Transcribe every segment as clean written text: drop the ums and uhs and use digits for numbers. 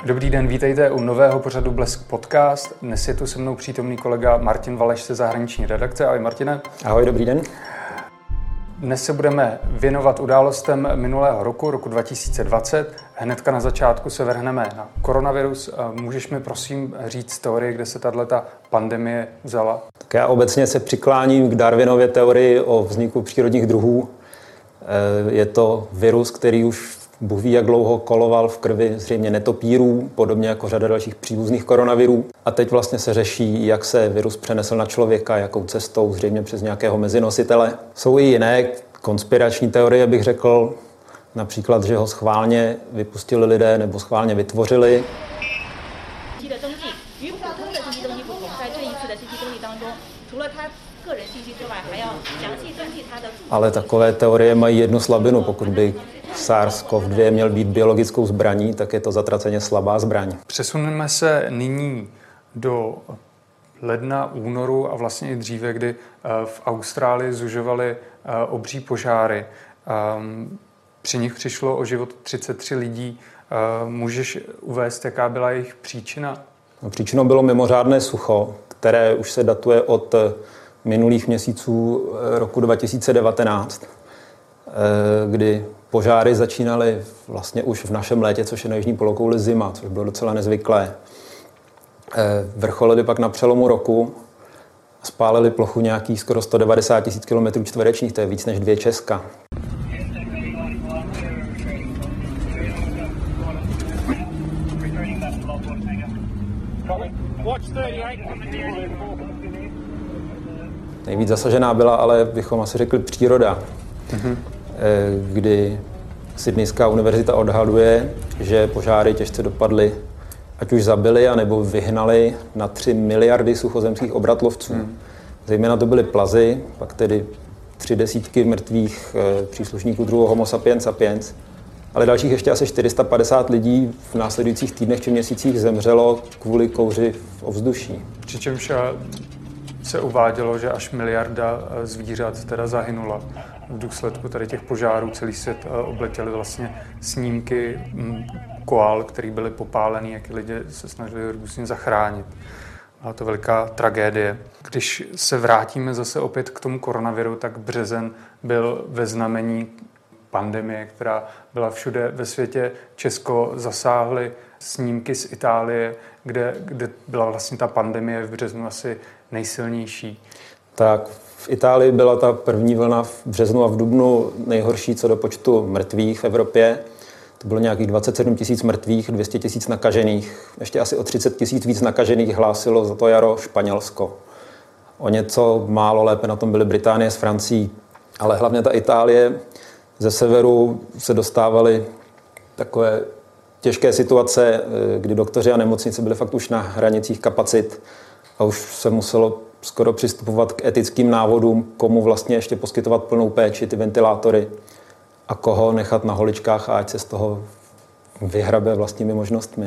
Dobrý den, vítejte u nového pořadu Blesk Podcast. Dnes je tu se mnou přítomný kolega Martin Valeš ze zahraniční redakce. Ahoj Martine. Ahoj, dobrý den. Dnes se budeme věnovat událostem minulého roku 2020. Hnedka na začátku se vrhneme na koronavirus. Můžeš mi prosím říct teorii, kde se tato pandemie vzala? Tak já obecně se přikláním k Darwinově teorii o vzniku přírodních druhů. Je to virus, který už Bůh ví, jak dlouho koloval v krvi zřejmě netopírů, podobně jako řada dalších příbuzných koronavirů. A teď vlastně se řeší, jak se virus přenesl na člověka, jakou cestou, zřejmě přes nějakého mezinositele. Jsou i jiné konspirační teorie, bych řekl, například, že ho schválně vypustili lidé nebo schválně vytvořili. Ale takové teorie mají jednu slabinu. Pokud by SARS-CoV-2 měl být biologickou zbraní, tak je to zatraceně slabá zbraň. Přesuneme se nyní do ledna, únoru a vlastně i dříve, kdy v Austrálii zužovaly obří požáry. Při nich přišlo o život 33 lidí. Můžeš uvést, jaká byla jejich příčina? Příčinou bylo mimořádné sucho, které už se datuje od minulých měsíců roku 2019, kdy požáry začínaly vlastně už v našem létě, což je na jižní polokouli zima, což bylo docela nezvyklé. Vrcholily pak na přelomu roku a spálily plochu nějakých skoro 190 000 km čtverečních, to je víc než 2 Česka. Nejvíc zasažená byla, ale bychom asi řekli, příroda, kdy Sydneyská univerzita odhaduje, že požáry těžce dopadly, ať už zabili, anebo vyhnali na 3 miliardy suchozemských obratlovců. Zejména to byly plazy, pak tedy 30 mrtvých příslušníků druhu Homo sapiens sapiens, ale dalších ještě asi 450 lidí v následujících týdnech či měsících zemřelo kvůli kouři v ovzduší. Přičemž se uvádělo, že až 1 miliarda zvířat teda zahynula v důsledku tady těch požárů. Celý svět obletěly vlastně snímky koal, které byly popálený, jak lidé se snažili různě zachránit. Byla to veliká tragédie. Když se vrátíme zase opět k tomu koronaviru, tak březen byl ve znamení pandemie, která byla všude ve světě. Česko zasáhly snímky z Itálie, kde byla vlastně ta pandemie v březnu asi nejsilnější. Tak v Itálii byla ta první vlna v březnu a v dubnu nejhorší co do počtu mrtvých v Evropě. To bylo nějakých 27 000 mrtvých, 200 000 nakažených. Ještě asi o 30 000 víc nakažených hlásilo za to jaro Španělsko. O něco málo lépe na tom byly Británie s Francií, ale hlavně ta Itálie. Ze severu se dostávaly takové těžké situace, kdy doktoři a nemocnice byly fakt už na hranicích kapacit a už se muselo skoro přistupovat k etickým návodům, komu vlastně ještě poskytovat plnou péči, ty ventilátory a koho nechat na holičkách a ať se z toho vyhrabe vlastními možnostmi.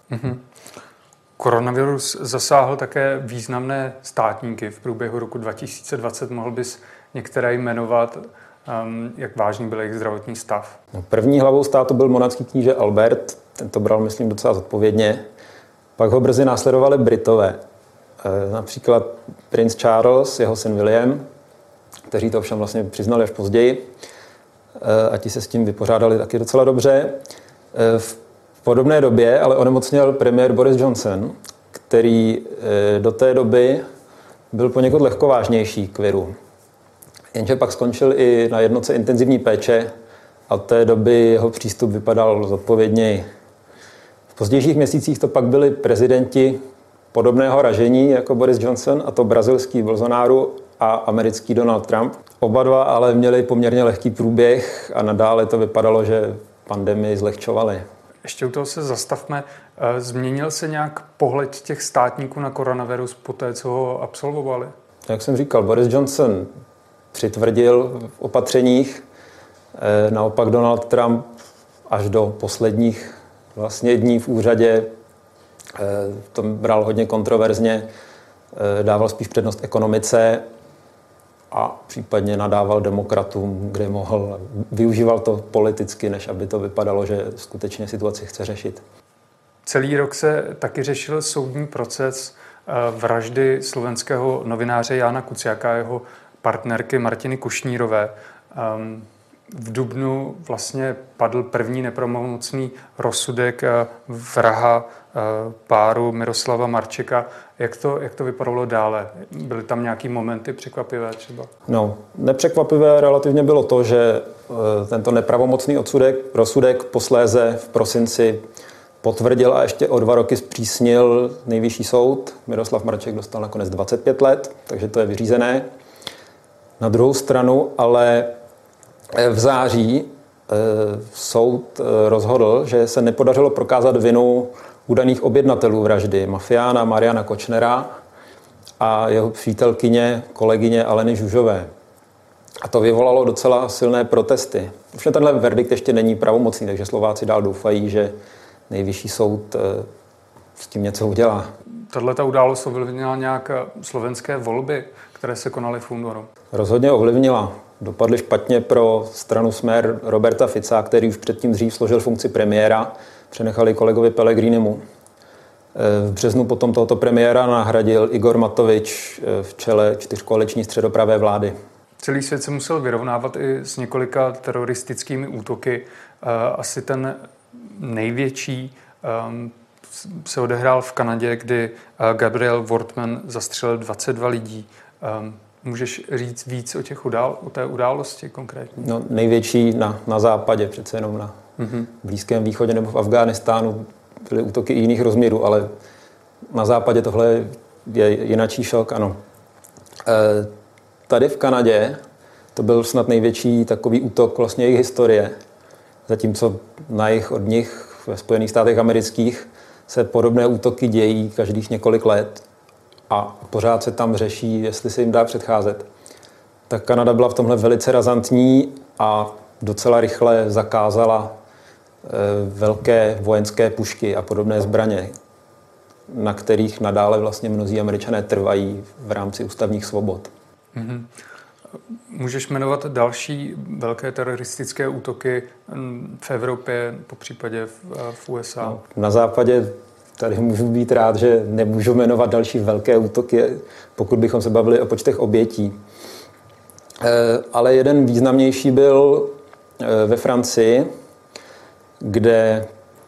Koronavirus zasáhl také významné státníky v průběhu roku 2020. Mohl bys některé jmenovat? Jak vážný byl jejich zdravotní stav? První hlavou státu byl monarchský kníže Albert, ten to bral, myslím, docela zodpovědně. Pak ho brzy následovali Britové. Například princ Charles, jeho syn William, kteří to ovšem vlastně přiznali až později. A ti se s tím vypořádali taky docela dobře. V podobné době ale onemocněl premiér Boris Johnson, který do té doby byl poněkud lehkovážnější k viru. Jenže pak skončil i na jednotce intenzivní péče a od té doby jeho přístup vypadal zodpovědněji. V pozdějších měsících to pak byli prezidenti podobného ražení jako Boris Johnson, a to brazilský Bolsonaro a americký Donald Trump. Oba dva ale měli poměrně lehký průběh a nadále to vypadalo, že pandemii zlehčovali. Ještě u toho se zastavme. Změnil se nějak pohled těch státníků na koronavirus po té, co ho absolvovali? Jak jsem říkal, Boris Johnson přitvrdil v opatřeních, naopak Donald Trump až do posledních vlastně dní v úřadě to bral hodně kontroverzně, dával spíš přednost ekonomice a případně nadával demokratům, kde mohl, využíval to politicky, než aby to vypadalo, že skutečně situaci chce řešit. Celý rok se taky řešil soudní proces vraždy slovenského novináře Jána Kuciaka a jeho partnerky Martiny Kušnírové. V dubnu vlastně padl první nepravomocný rozsudek vraha páru Miroslava Marčeka. Jak to vypadalo dále? Byly tam nějaký momenty překvapivé třeba? No, nepřekvapivé relativně bylo to, že tento nepravomocný rozsudek posléze v prosinci potvrdil a ještě o 2 roky zpřísnil Nejvyšší soud. Miroslav Marček dostal nakonec 25 let, takže to je vyřízené. Na druhou stranu ale v září soud rozhodl, že se nepodařilo prokázat vinu údajných objednatelů vraždy mafiána Mariana Kočnera a jeho přítelkyně, kolegyně Aleny Žužové. A to vyvolalo docela silné protesty. Už tenhle verdikt ještě není pravomocný, takže Slováci dál doufají, že Nejvyšší soud s tím něco udělá. Tato událost ovlivnila nějak slovenské volby, které se konaly v únoru? Rozhodně ovlivnila. Dopadly špatně pro stranu Smer Roberta Fica, který už předtím dřív složil funkci premiéra, přenechali kolegovi Pellegrinimu. V březnu potom tohoto premiéra nahradil Igor Matovič v čele 4koaliční středopravé vlády. Celý svět se musel vyrovnávat i s několika teroristickými útoky. Asi ten největší se odehrál v Kanadě, kdy Gabriel Wortman zastřelil 22 lidí. Můžeš říct víc o té události konkrétně? No, největší na západě, přece jenom na Blízkém východě nebo v Afghánistánu byly útoky i jiných rozměrů, ale na západě tohle je jinačí šok, ano. Tady v Kanadě to byl snad největší takový útok vlastně jejich historie, zatímco na jih od nich ve Spojených státech amerických se podobné útoky dějí každých několik let a pořád se tam řeší, jestli se jim dá předcházet. Tak Kanada byla v tomhle velice razantní a docela rychle zakázala velké vojenské pušky a podobné zbraně, na kterých nadále vlastně mnozí Američané trvají v rámci ústavních svobod. Mm-hmm. Můžeš jmenovat další velké teroristické útoky v Evropě, popřípadě v USA? No, na západě tady můžu být rád, že nemůžu jmenovat další velké útoky, pokud bychom se bavili o počtech obětí. Ale jeden významnější byl ve Francii, kde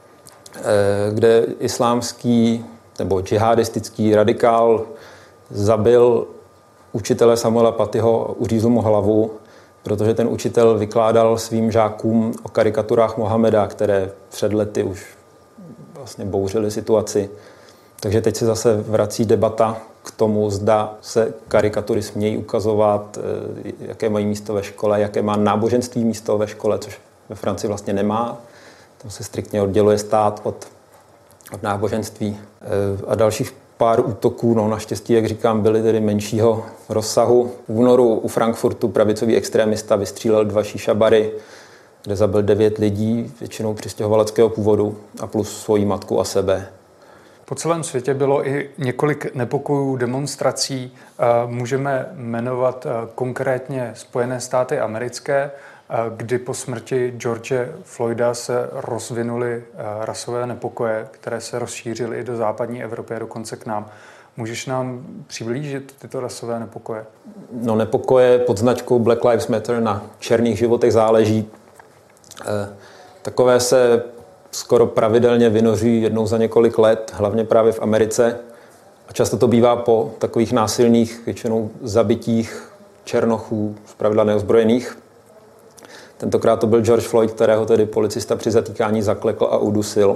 islámský nebo džihadistický radikál zabil učitele Samuela Patyho, uřízl mu hlavu, protože ten učitel vykládal svým žákům o karikaturách Mohameda, které před lety už vlastně bouřily situaci. Takže teď se zase vrací debata k tomu, zda se karikatury smějí ukazovat, jaké mají místo ve škole, jaké má náboženství místo ve škole, což ve Francii vlastně nemá. Tam se striktně odděluje stát od náboženství. A dalších pár útoků, no naštěstí, jak říkám, byly tedy menšího rozsahu. V únoru u Frankfurtu pravicový extrémista vystřílel 2 šíšabary, kde zabil 9 lidí, většinou přistěhovaleckého původu a plus svoji matku a sebe. Po celém světě bylo i několik nepokojů, demonstrací. Můžeme jmenovat konkrétně Spojené státy americké, kdy po smrti George Floyda se rozvinuly rasové nepokoje, které se rozšířily i do západní Evropy a dokonce k nám. Můžeš nám přiblížit tyto rasové nepokoje? No, nepokoje pod značkou Black Lives Matter, na černých životech záleží. Takové se skoro pravidelně vynoří jednou za několik let, hlavně právě v Americe. A často to bývá po takových násilných, většinou zabitích černochů, zpravidla neozbrojených. Tentokrát to byl George Floyd, kterého tedy policista při zatýkání zaklekl a udusil.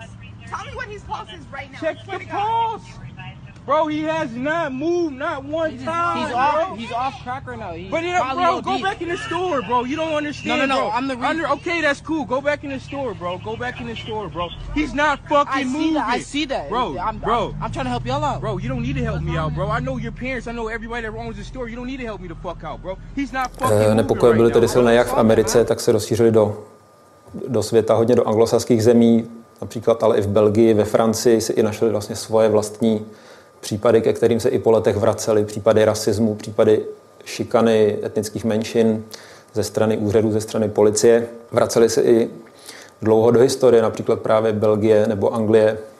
Bro, he has not moved not one time. He's off crack right now. But bro, go back in the store, bro. You don't understand. No. Bro. I'm the reason. Okay, that's cool. Go back in the store, bro. Go back in the store, bro. He's not fucking moving. I see that. Bro. I'm trying to help y'all out. Bro, you don't need to help me out, bro. I know your parents. I know everybody that runs the store. You don't need to help me the fuck out, bro. He's not fucking moving. Nepokoje byly tedy silné jak v Americe, tak se rozšířily do světa, hodně do anglosaských zemí, například ale i v Belgii, ve Francii si i našli vlastně svoje vlastní případy, ke kterým se i po letech vracely, případy rasismu, případy šikany etnických menšin ze strany úřadů, ze strany policie. Vracely se i dlouho do historie, například právě Belgie nebo Anglie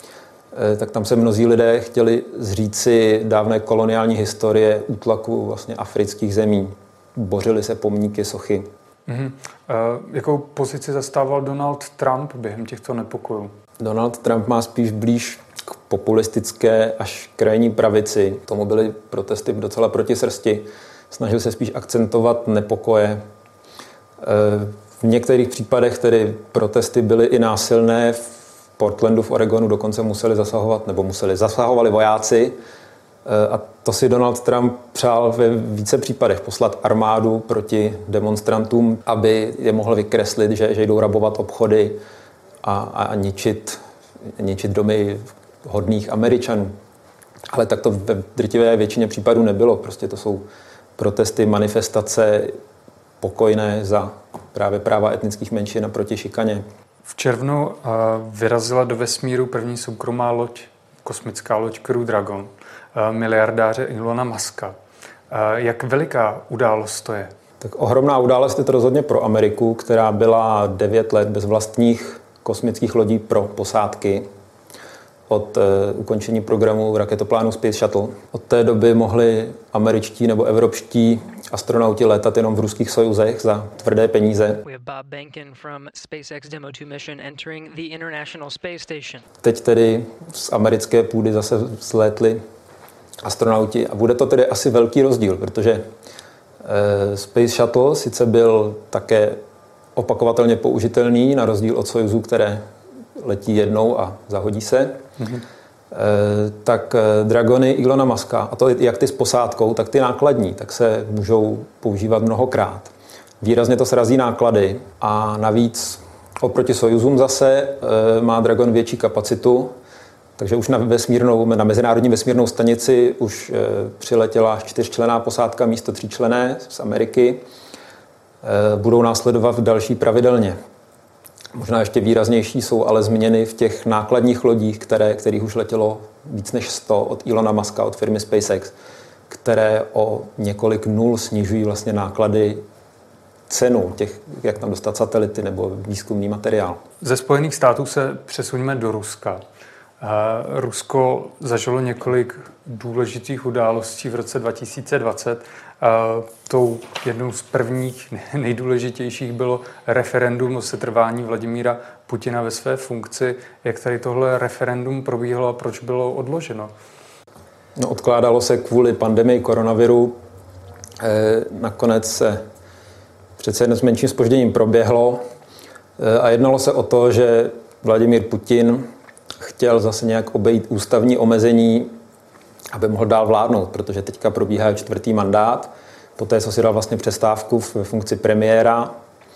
tak tam se mnozí lidé chtěli zříci dávné koloniální historie útlaku vlastně afrických zemí. Bořily se pomníky, sochy. Jakou pozici zastával Donald Trump během těchto nepokojů? Donald Trump má spíš blíž k populistické až krajní pravici. Tomu byly protesty docela proti srsti. Snažil se spíš akcentovat nepokoje. V některých případech tedy protesty byly i násilné. V Portlandu v Oregonu dokonce zasahovali vojáci. A to si Donald Trump přál ve více případech poslat armádu proti demonstrantům, aby je mohl vykreslit, že jdou rabovat obchody a ničit domy hodných Američanů. Ale tak to ve drtivé většině případů nebylo. Prostě to jsou protesty, manifestace pokojné za právě práva etnických menšin a proti šikaně. V červnu vyrazila do vesmíru první soukromá loď, kosmická loď Crew Dragon, miliardáře Elona Muska. Jak veliká událost to je? Tak ohromná událost je to rozhodně pro Ameriku, která byla 9 let bez vlastních kosmických lodí pro posádky od ukončení programu raketoplánu Space Shuttle. Od té doby mohli američtí nebo evropští astronauti létat jenom v ruských sojuzech za tvrdé peníze. Teď tedy z americké půdy zase vzlétli astronauti a bude to tedy asi velký rozdíl, protože Space Shuttle sice byl také opakovatelně použitelný, na rozdíl od sojuzů, které letí jednou a zahodí se, tak Dragony Elona Muska, a to jak ty s posádkou, tak ty nákladní, tak se můžou používat mnohokrát. Výrazně to srazí náklady a navíc oproti sojuzům zase má Dragon větší kapacitu, takže už na mezinárodní vesmírnou stanici už přiletěla 4členná posádka místo 3členné z Ameriky. Budou následovat další pravidelně. Možná ještě výraznější jsou ale změny v těch nákladních lodích, kterých už letělo víc než 100 od Elona Muska, od firmy SpaceX, které o několik nul snižují vlastně náklady, cenu těch, jak tam dostat satelity nebo výzkumný materiál. Ze Spojených států se přesuneme do Ruska. Rusko zažilo několik důležitých událostí v roce 2020. Tou jednou z prvních nejdůležitějších bylo referendum o setrvání Vladimíra Putina ve své funkci. Jak tady tohle referendum probíhalo a proč bylo odloženo? No, odkládalo se kvůli pandemii koronaviru. Nakonec se přece jen s menším zpožděním proběhlo a jednalo se o to, že Vladimír Putin chtěl zase nějak obejít ústavní omezení, aby mohl dál vládnout, protože teďka probíhá 4. mandát, poté co si dal vlastně přestávku v funkci premiéra,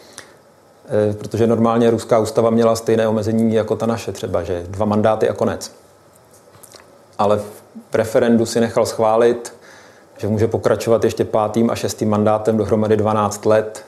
protože normálně ruská ústava měla stejné omezení jako ta naše třeba, že 2 mandáty a konec. Ale v referendu si nechal schválit, že může pokračovat ještě 5. a 6. mandátem dohromady 12 let.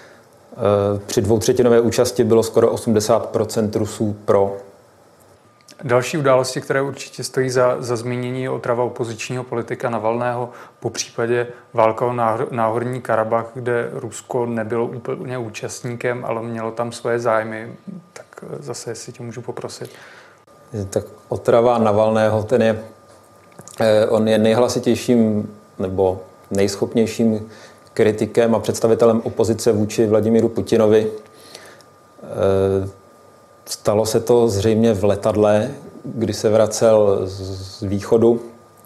Při 2/3 účasti bylo skoro 80% Rusů pro. Další události, které určitě stojí za zmínění, je otrava opozičního politika Navalného, popřípadě válka o Náhorní Karabach, kde Rusko nebylo úplně účastníkem, ale mělo tam svoje zájmy. Tak zase, jestli tě můžu poprosit. Tak otrava Navalného, on je nejhlasitějším nebo nejschopnějším kritikem a představitelem opozice vůči Vladimíru Putinovi. Stalo se to zřejmě v letadle, kdy se vracel z východu.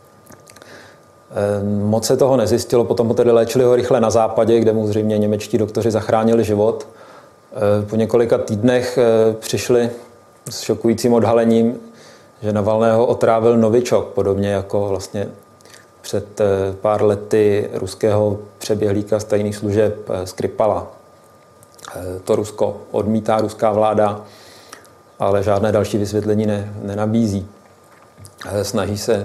Moc se toho nezjistilo, potom tedy léčili ho rychle na západě, kde mu zřejmě němečtí doktoři zachránili život. Po několika týdnech přišli s šokujícím odhalením, že Navalného otrávil novičok, podobně jako vlastně před pár lety ruského přeběhlíka z tajných služeb Skripala. To Rusko odmítá ruská vláda, ale žádné další vysvětlení nenabízí. Snaží se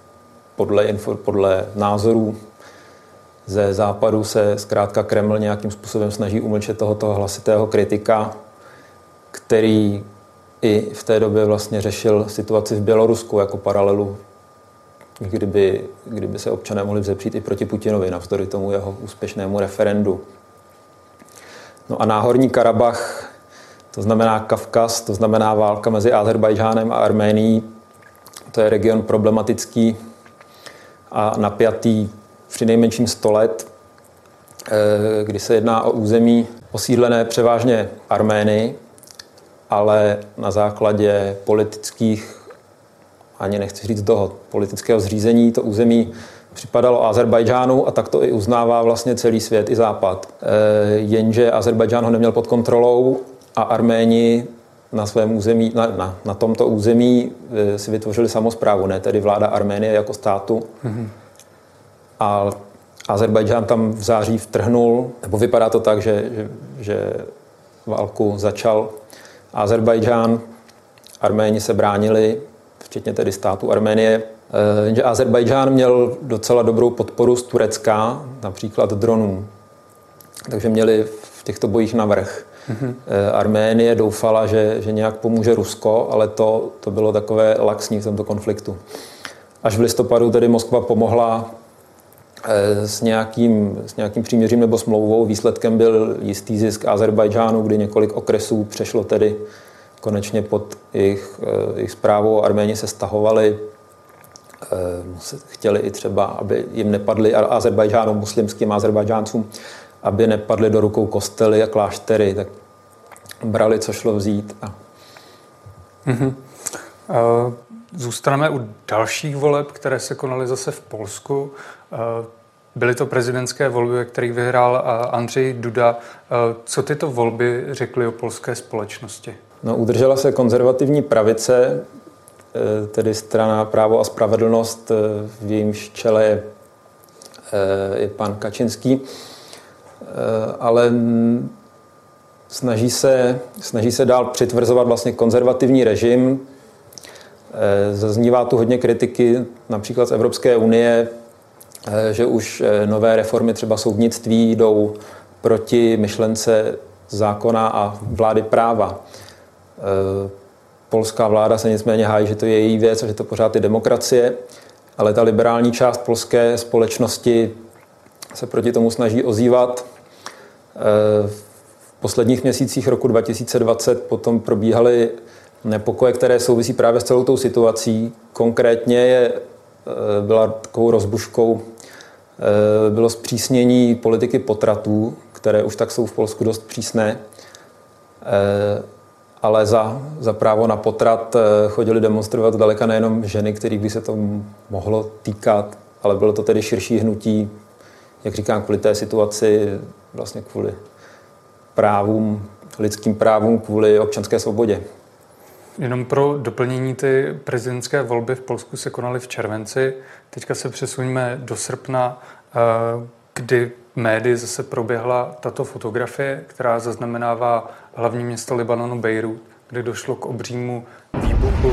podle názorů ze západu se zkrátka Kreml nějakým způsobem snaží umlčet tohoto hlasitého kritika, který i v té době vlastně řešil situaci v Bělorusku jako paralelu, kdyby se občané mohli vzepřít i proti Putinovi navzdory tomu jeho úspěšnému referendu. No a Náhorní Karabach, to znamená Kavkaz, to znamená válka mezi Azerbajdžánem a Arménií, To je region problematický a napjatý přinejmenším 100 let, kdy se jedná o území osídlené převážně Armény, ale na základě politických, ani nechci říct dohod, politického zřízení to území připadalo Azerbajdžánu a tak to i uznává vlastně celý svět i Západ. Jenže Azerbajdžán ho neměl pod kontrolou a Arméni na svém území, na tomto území si vytvořili samosprávu, ne tedy vláda Arménie jako státu. Mm-hmm. A Azerbajdžán tam v září vtrhnul, nebo vypadá to tak, že válku začal Azerbajdžán, Arméni se bránili, včetně tedy státu Arménie. Jenže Azerbajdžán měl docela dobrou podporu z Turecka, například dronů. Takže měli v těchto bojích navrch. Mm-hmm. Arménie doufala, že nějak pomůže Rusko, ale to bylo takové laxní v tomto konfliktu. Až v listopadu tedy Moskva pomohla s nějakým příměřím nebo smlouvou. Výsledkem byl jistý zisk Azerbajdžánu, kdy několik okresů přešlo tedy konečně pod jejich správu. Arméni se stahovali, chtěli i třeba, aby jim nepadli Azerbajdžánu, muslimským Azerbajdžáncům, aby nepadly do rukou kostely a kláštery, tak brali, co šlo vzít. Mm-hmm. Zůstaneme u dalších voleb, které se konaly zase v Polsku. Byly to prezidentské volby, ve kterých vyhrál Andrzej Duda. Co tyto volby řekly o polské společnosti? No, udržela se konzervativní pravice, tedy strana Právo a spravedlnost, v jejímž čele je pan Kačinský, ale snaží se dál přitvrzovat vlastně konzervativní režim. Zaznívá tu hodně kritiky, například z Evropské unie, že už nové reformy třeba soudnictví jdou proti myšlence zákona a vlády práva. Polská vláda se nicméně hájí, že to je její věc a že to pořád je demokracie, ale ta liberální část polské společnosti se proti tomu snaží ozývat. V posledních měsících roku 2020 potom probíhaly nepokoje, které souvisí právě s celou tou situací. Konkrétně byla takovou rozbuškou bylo zpřísnění politiky potratů, které už tak jsou v Polsku dost přísné, ale za právo na potrat chodili demonstrovat daleka nejenom ženy, kterých by se to mohlo týkat, ale bylo to tedy širší hnutí, jak říkám, kvůli té situaci, vlastně kvůli právům, lidským právům, kvůli občanské svobodě. Jenom pro doplnění, ty prezidentské volby v Polsku se konaly v červenci. Teďka se přesuňme do srpna, kdy v médii zase proběhla tato fotografie, která zaznamenává hlavní město Libanonu Bejrút, kde došlo k obřímu výbuchu.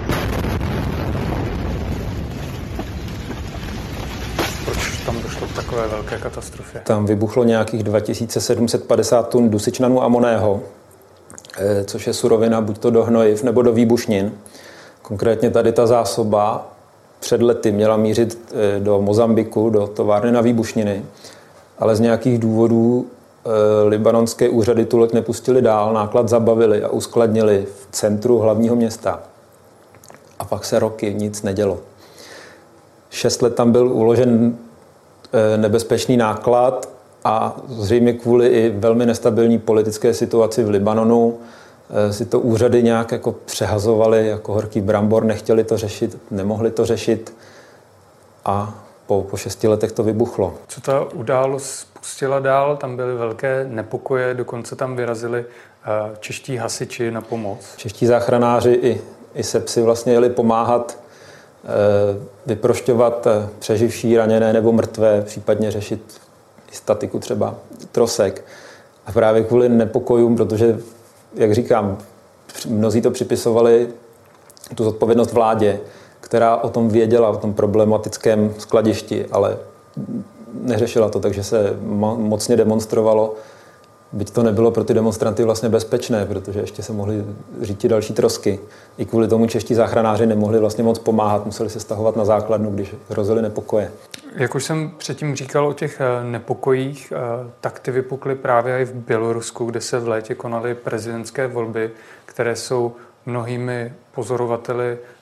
Proč tam došlo k takové velké katastrofě? Tam vybuchlo nějakých 2750 tun dusičnanu amonného, což je surovina buď to do hnojiv nebo do výbušnin. Konkrétně tady ta zásoba před lety měla mířit do Mozambiku, do továrny na výbušniny, ale z nějakých důvodů libanonské úřady tu loď nepustili dál, náklad zabavili a uskladnili v centru hlavního města. A pak se roky nic nedělo. 6 let tam byl uložen nebezpečný náklad a zřejmě kvůli i velmi nestabilní politické situaci v Libanonu si to úřady nějak jako přehazovaly jako horký brambor, nechtěli to řešit, nemohli to řešit a po 6 letech to vybuchlo. Co ta událost spustila dál? Tam byly velké nepokoje, dokonce tam vyrazili čeští hasiči na pomoc. Čeští záchranáři i sepsi vlastně jeli pomáhat vyprošťovat přeživší, raněné nebo mrtvé, případně řešit statiku třeba trosek. A právě kvůli nepokojům, protože, jak říkám, mnozí to připisovali tu zodpovědnost vládě, která o tom věděla, o tom problematickém skladišti, ale neřešila to, takže se mocně demonstrovalo. Byť to nebylo pro ty demonstranty vlastně bezpečné, protože ještě se mohly říti další trosky. I kvůli tomu čeští záchranáři nemohli vlastně moc pomáhat, museli se stahovat na základnu, když hrozily nepokoje. Jak už jsem předtím říkal o těch nepokojích, tak ty vypukly právě i v Bělorusku, kde se v létě konaly prezidentské volby, které jsou mnohými pozorovateli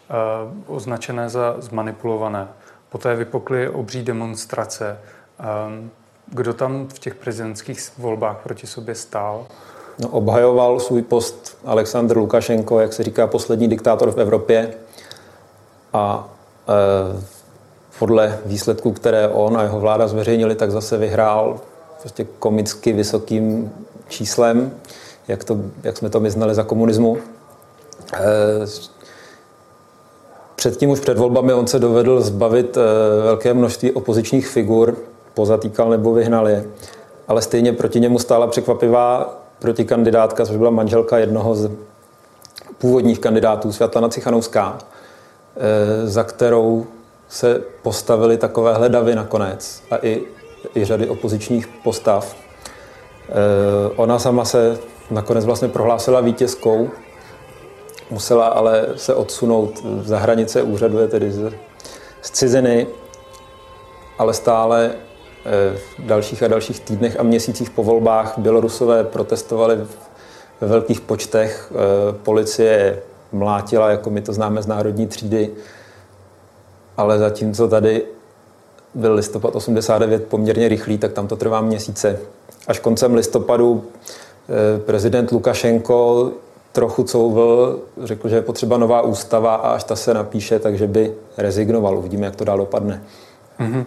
označené za zmanipulované. Poté vypukly obří demonstrace. Kdo tam v těch prezidentských volbách proti sobě stál? No, obhajoval svůj post Alexandr Lukašenko, jak se říká, poslední diktátor v Evropě. A podle výsledků, které on a jeho vláda zveřejnili, tak zase vyhrál prostě komicky vysokým číslem, jak jsme to my znali za komunismu. Předtím už před volbami on se dovedl zbavit velké množství opozičních figur, pozatýkal nebo vyhnal je. Ale stejně proti němu stála překvapivá protikandidátka, což byla manželka jednoho z původních kandidátů, Světlana Cichanovská, za kterou se postavily takovéhle davy nakonec a i řady opozičních postav. Ona sama se nakonec vlastně prohlásila vítězkou, musela ale se odsunout za hranice úřadu, je tedy z ciziny, ale stále v dalších a dalších týdnech a měsících po volbách Bělorusové protestovali ve velkých počtech. Policie mlátila, jako my to známe z Národní třídy, ale zatímco tady byl listopad 89 poměrně rychlý, tak tam to trvá měsíce. Až koncem listopadu prezident Lukašenko trochu couvl, řekl, že je potřeba nová ústava a až ta se napíše, takže by rezignoval. Uvidíme, jak to dál dopadne. Mm-hmm.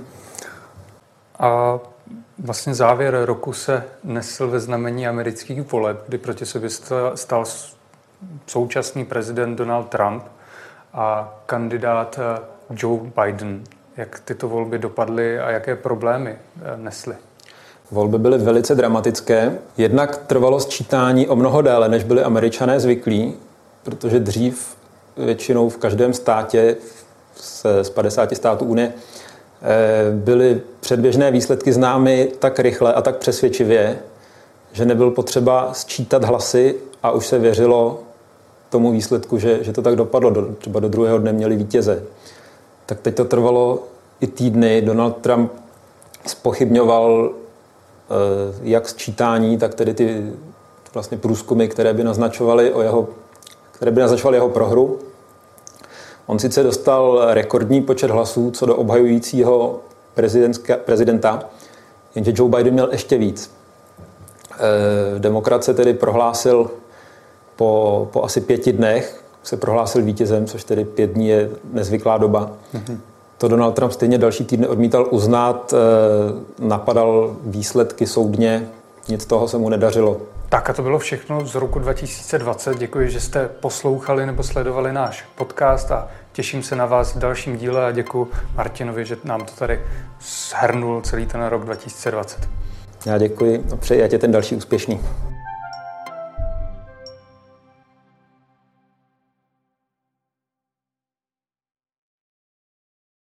A vlastně závěr roku se nesl ve znamení amerických voleb, kdy proti sobě stál současný prezident Donald Trump a kandidát Joe Biden. Jak tyto volby dopadly a jaké problémy nesly? Volby byly velice dramatické. Jednak trvalo sčítání o mnoho déle, než byli Američané zvyklí, protože dřív většinou v každém státě z 50 států Unie byly předběžné výsledky známy tak rychle a tak přesvědčivě, že nebyl potřeba sčítat hlasy a už se věřilo tomu výsledku, že to tak dopadlo. Třeba do druhého dne měli vítěze. Tak teď to trvalo i týdny. Donald Trump zpochybňoval jak sčítání, tak tedy ty vlastně průzkumy, které by naznačovaly jeho prohru. On sice dostal rekordní počet hlasů co do obhajujícího prezidenta, jenže Joe Biden měl ještě víc. Demokrat se tedy prohlásil po asi 5 dnech, se prohlásil vítězem, což tedy 5 dní je nezvyklá doba. Mm-hmm. To Donald Trump stejně další týdny odmítal uznat, napadal výsledky soudně, nic toho se mu nedařilo. Tak a to bylo všechno z roku 2020. Děkuji, že jste poslouchali nebo sledovali náš podcast a těším se na vás v dalším díle a děkuji Martinovi, že nám to tady shrnul celý ten rok 2020. Já děkuji a přeji, ať je ten další úspěšný.